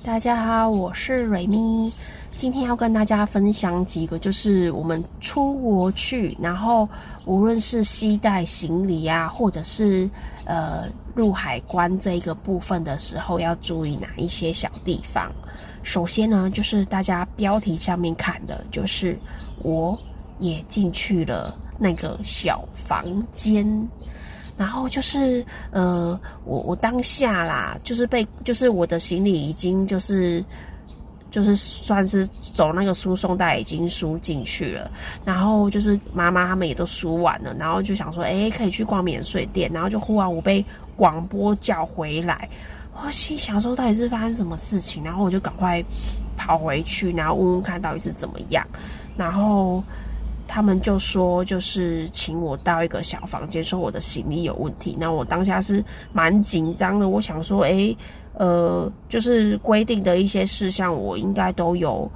大家好，我是瑞咪。今天要跟大家分享几个，就是我们出国去，然后无论是携带行李啊，或者是入海关这一个部分的时候，要注意哪一些小地方。首先呢，就是大家标题上面看的，就是我也进去了那个小房间。然后就是我当下啦，就是我的行李已经就是算是走那个输送带已经输进去了，然后就是妈妈他们也都输完了，然后就想说可以去逛免税店，然后就忽然我被广播叫回来，我心想说到底是发生什么事情，然后我就赶快跑回去，然后问问看到底是怎么样，然后他们就说就是请我到一个小房间，说我的行李有问题。那我当下是蛮紧张的，我想说就是规定的一些事项我应该都有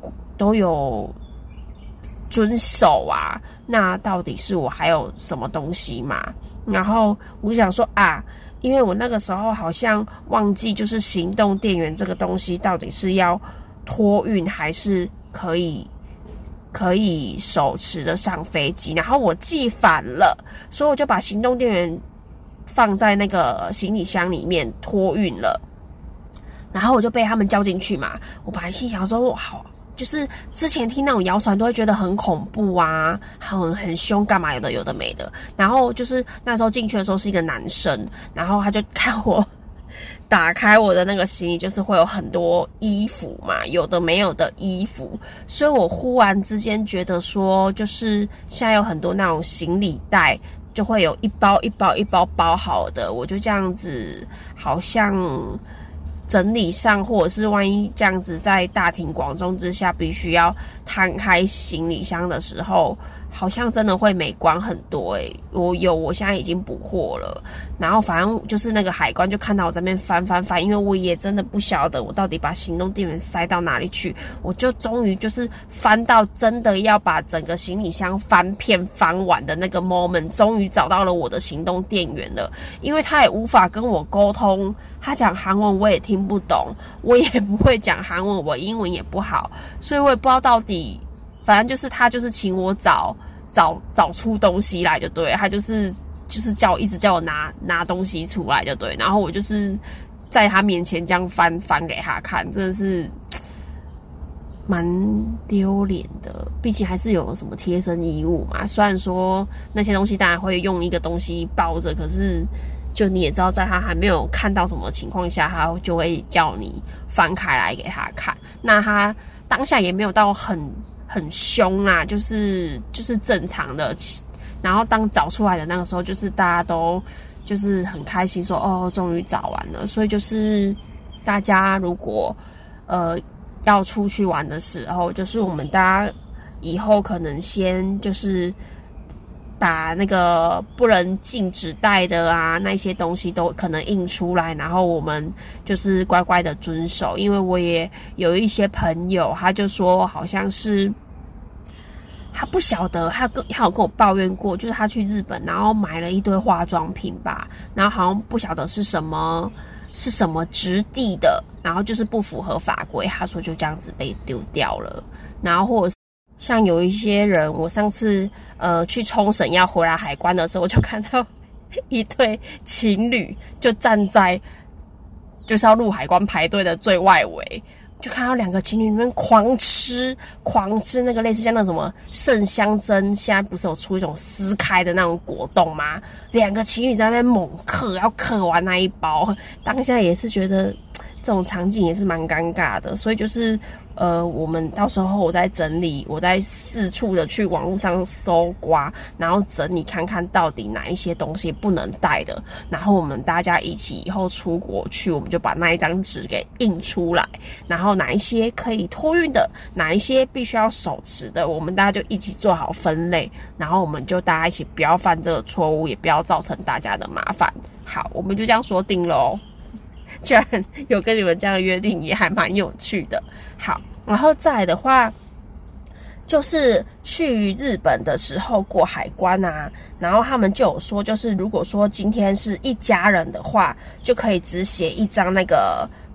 遵守啊，那到底是我还有什么东西嘛？然后我想说因为我那个时候好像忘记就是行动电源这个东西到底是要托运还是可以手持的上飞机，然后我记反了，所以我就把行动电源放在那个行李箱里面托运了，然后我就被他们叫进去嘛。我本来心想说好，就是之前听那种谣传都会觉得很恐怖啊，很凶干嘛，有的没的。然后就是那时候进去的时候是一个男生，然后他就看我打开我的那个行李，就是会有很多衣服嘛，有的没有的衣服，所以我忽然之间觉得说，就是现在有很多那种行李袋，就会有一包一包一包包好的，我就这样子，好像整理上，或者是万一这样子在大庭广众之下，必须要摊开行李箱的时候，好像真的会美观很多我现在已经补货了，然后反正就是那个海关就看到我在那边翻，因为我也真的不晓得我到底把行动电源塞到哪里去，我就终于就是翻到真的要把整个行李箱翻遍翻完的那个 moment， 终于找到了我的行动电源了。因为他也无法跟我沟通，他讲韩文我也听不懂，我也不会讲韩文，我英文也不好，所以我也不知道到底，反正就是他就是请我找出东西来就对了，他就是一直叫我拿东西出来就对，然后我就是在他面前这样翻给他看，真的是蛮丢脸的，毕竟还是有什么贴身衣物嘛，虽然说那些东西当然会用一个东西包着，可是就你也知道在他还没有看到什么情况下，他就会叫你翻开来给他看，那他当下也没有到很凶啦，就是正常的。然后当找出来的那个时候，就是大家都就是很开心说终于找完了。所以就是大家如果要出去玩的时候，就是我们大家以后可能先就是把那个不能禁止带的那一些东西都可能印出来，然后我们就是乖乖的遵守。因为我也有一些朋友，他就说好像是他不晓得，他有跟我抱怨过，就是他去日本，然后买了一堆化妆品吧，然后好像不晓得是什么质地的，然后就是不符合法规，他说就这样子被丢掉了。然后或者是像有一些人，我上次去冲绳要回来海关的时候，我就看到一对情侣就站在就是要入海关排队的最外围，就看到两个情侣里面狂吃那个类似像那种什么圣香珍，现在不是有出一种撕开的那种果冻吗？两个情侣在那边猛嗑，要嗑完那一包，当下也是觉得这种场景也是蛮尴尬的，所以就是我们到时候我在整理，我在四处的去网络上搜刮，然后整理看看到底哪一些东西不能带的，然后我们大家一起以后出国去，我们就把那一张纸给印出来，然后哪一些可以托运的，哪一些必须要手持的，我们大家就一起做好分类，然后我们就大家一起不要犯这个错误，也不要造成大家的麻烦。好，我们就这样说定了哦。居然有跟你们这样约定，也还蛮有趣的。好，然后再来的话，就是去日本的时候过海关然后他们就有说，就是如果说今天是一家人的话，就可以只写一张那个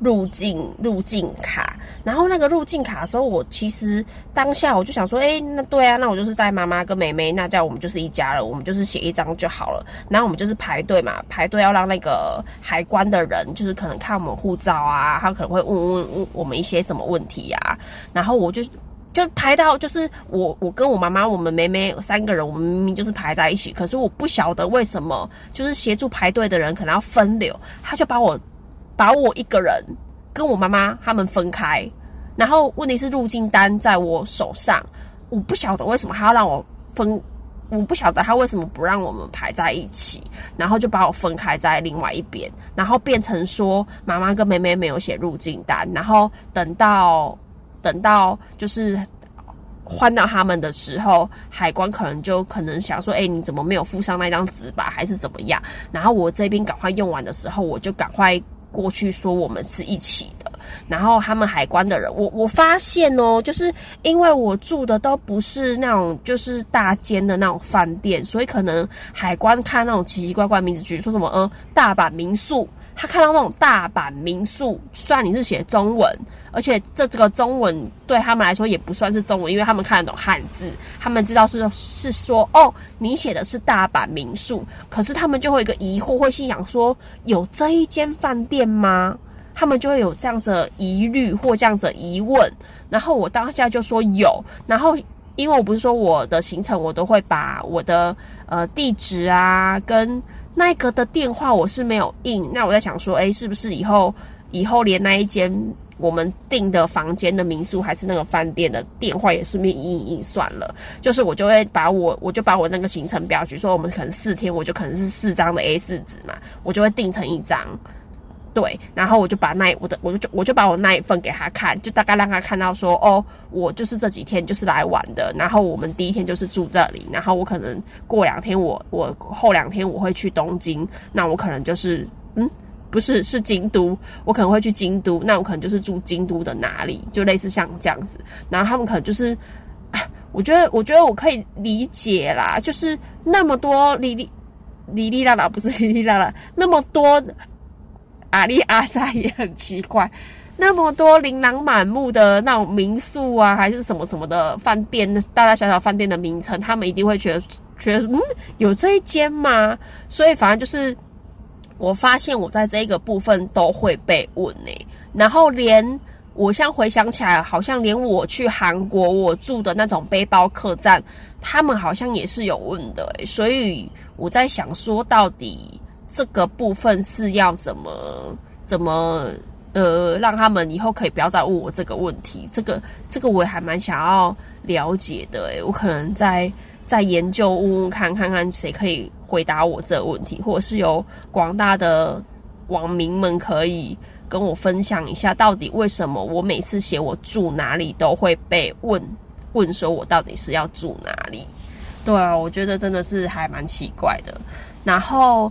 入境卡。然后那个入境卡的时候，我其实当下我就想说，那对啊，那我就是带妈妈跟妹妹，那这样我们就是一家了，我们就是写一张就好了。然后我们就是排队嘛，排队要让那个海关的人就是可能看我们护照啊，他可能会问我们一些什么问题啊。然后我就排到，就是我跟我妈妈我们妹妹3个人，我们明明就是排在一起，可是我不晓得为什么就是协助排队的人可能要分流，他就把我一个人跟我妈妈他们分开。然后问题是入境单在我手上，我不晓得为什么他要让我分，我不晓得他为什么不让我们排在一起，然后就把我分开在另外一边，然后变成说妈妈跟妹妹没有写入境单，然后等到就是换到他们的时候，海关可能想说，你怎么没有附上那张纸吧，还是怎么样？然后我这边赶快用完的时候，我就赶快过去说我们是一起的。然后他们海关的人，我发现哦，就是因为我住的都不是那种就是大间的那种饭店，所以可能海关看那种奇奇怪怪的名字，比如说什么大阪民宿，他看到那种大阪民宿，虽然你是写中文，而且这个中文对他们来说也不算是中文，因为他们看得懂汉字，他们知道是说你写的是大阪民宿，可是他们就会有一个疑惑，会心想说有这一间饭店吗？他们就会有这样子的疑虑或这样子的疑问，然后我当下就说有，然后因为我不是说我的行程我都会把我的地址啊跟那个的电话我是没有印，那我在想说是不是以后连那一间我们订的房间的民宿还是那个饭店的电话也顺便印算了，就是我就会把我那个行程表，举说我们可能4天，我就可能是4张的 A4 纸嘛，我就会订成1张。对，然后我就把我就把我那一份给他看，就大概让他看到说，我就是这几天就是来玩的，然后我们第一天就是住这里，然后我可能过2天我后2天我会去东京，那我可能就是不是京都，我可能会去京都，那我可能就是住京都的哪里，就类似像这样子，然后他们可能就是我觉得我可以理解啦，就是那么多哩哩啦啦，不是哩哩啦啦，那么多阿里阿扎也很奇怪，那么多琳琅满目的那种民宿啊，还是什么什么的饭店，大大小小饭店的名称，他们一定会觉得有这一间吗？所以反正就是我发现我在这个部分都会被问然后连我现在回想起来，好像连我去韩国我住的那种背包客栈，他们好像也是有问的所以我在想说到底这个部分是要怎么让他们以后可以不要再问我这个问题，这个我也还蛮想要了解的我可能在研究问看谁可以回答我这个问题，或者是有广大的网民们可以跟我分享一下，到底为什么我每次写我住哪里都会被问说我到底是要住哪里。对啊，我觉得真的是还蛮奇怪的。然后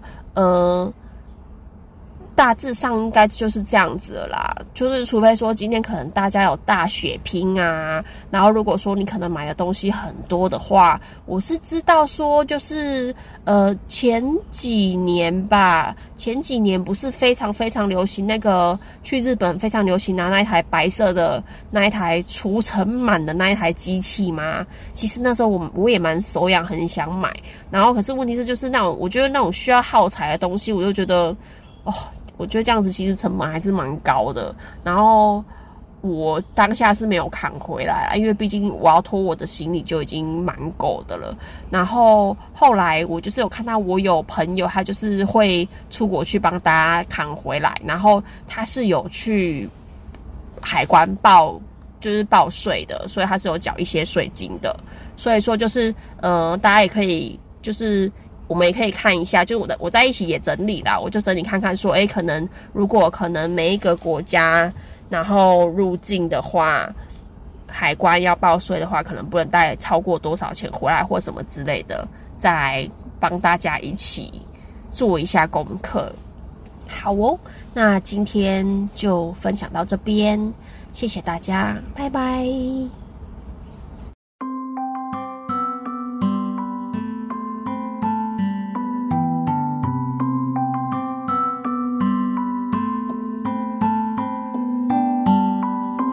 大致上应该就是这样子了啦，就是除非说今天可能大家有大血拼啊，然后如果说你可能买的东西很多的话，我是知道说就是前几年不是非常非常流行那个去日本非常流行拿那一台白色的那一台除尘螨的那一台机器吗？其实那时候我也蛮手痒，很想买，然后可是问题是就是那种我觉得那种需要耗材的东西，我就觉得我觉得这样子其实成本还是蛮高的，然后我当下是没有扛回来啦，因为毕竟我要拖我的行李就已经蛮够的了。然后后来我就是有看到我有朋友他就是会出国去帮大家扛回来，然后他是有去海关报税的，所以他是有缴一些税金的。所以说就是大家也可以就是我们也可以看一下，就我在一起也整理啦，我就整理看看说可能如果可能每一个国家然后入境的话，海关要报税的话，可能不能带超过多少钱回来或什么之类的，再来帮大家一起做一下功课。好那今天就分享到这边，谢谢大家，拜拜。